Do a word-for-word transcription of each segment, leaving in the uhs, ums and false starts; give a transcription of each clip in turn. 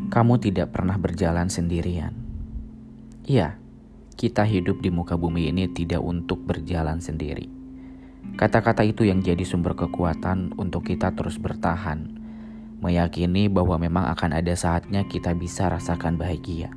Kamu tidak pernah berjalan sendirian. Iya, kita hidup di muka bumi ini tidak untuk berjalan sendiri. Kata-kata itu yang jadi sumber kekuatan untuk kita terus bertahan, meyakini bahwa memang akan ada saatnya kita bisa rasakan bahagia.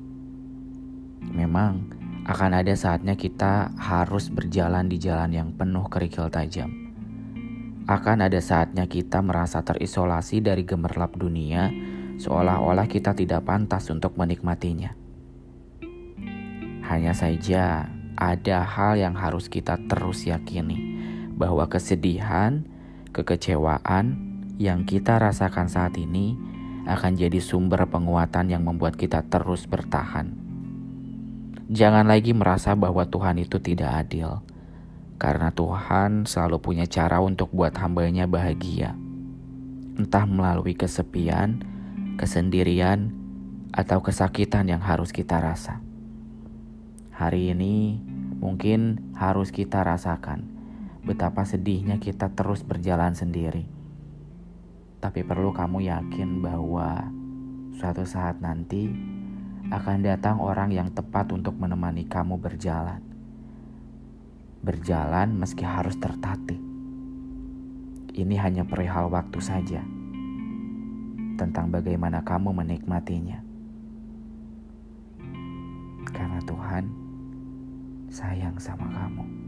Memang akan ada saatnya kita harus berjalan di jalan yang penuh kerikil tajam. Akan ada saatnya kita merasa terisolasi dari gemerlap dunia, seolah-olah kita tidak pantas untuk menikmatinya. Hanya saja ada hal yang harus kita terus yakini, bahwa kesedihan, kekecewaan yang kita rasakan saat ini akan jadi sumber penguatan yang membuat kita terus bertahan. Jangan lagi merasa bahwa Tuhan itu tidak adil, karena Tuhan selalu punya cara untuk buat hambanya bahagia. Entah melalui kesepian, kesendirian, atau kesakitan yang harus kita rasa. Hari ini mungkin harus kita rasakan betapa sedihnya kita terus berjalan sendiri. Tapi perlu kamu yakin bahwa suatu saat nanti akan datang orang yang tepat untuk menemani kamu berjalan. Berjalan meski harus tertatih. Ini hanya perihal waktu saja. Tentang bagaimana kamu menikmatinya. Karena Tuhan sayang sama kamu.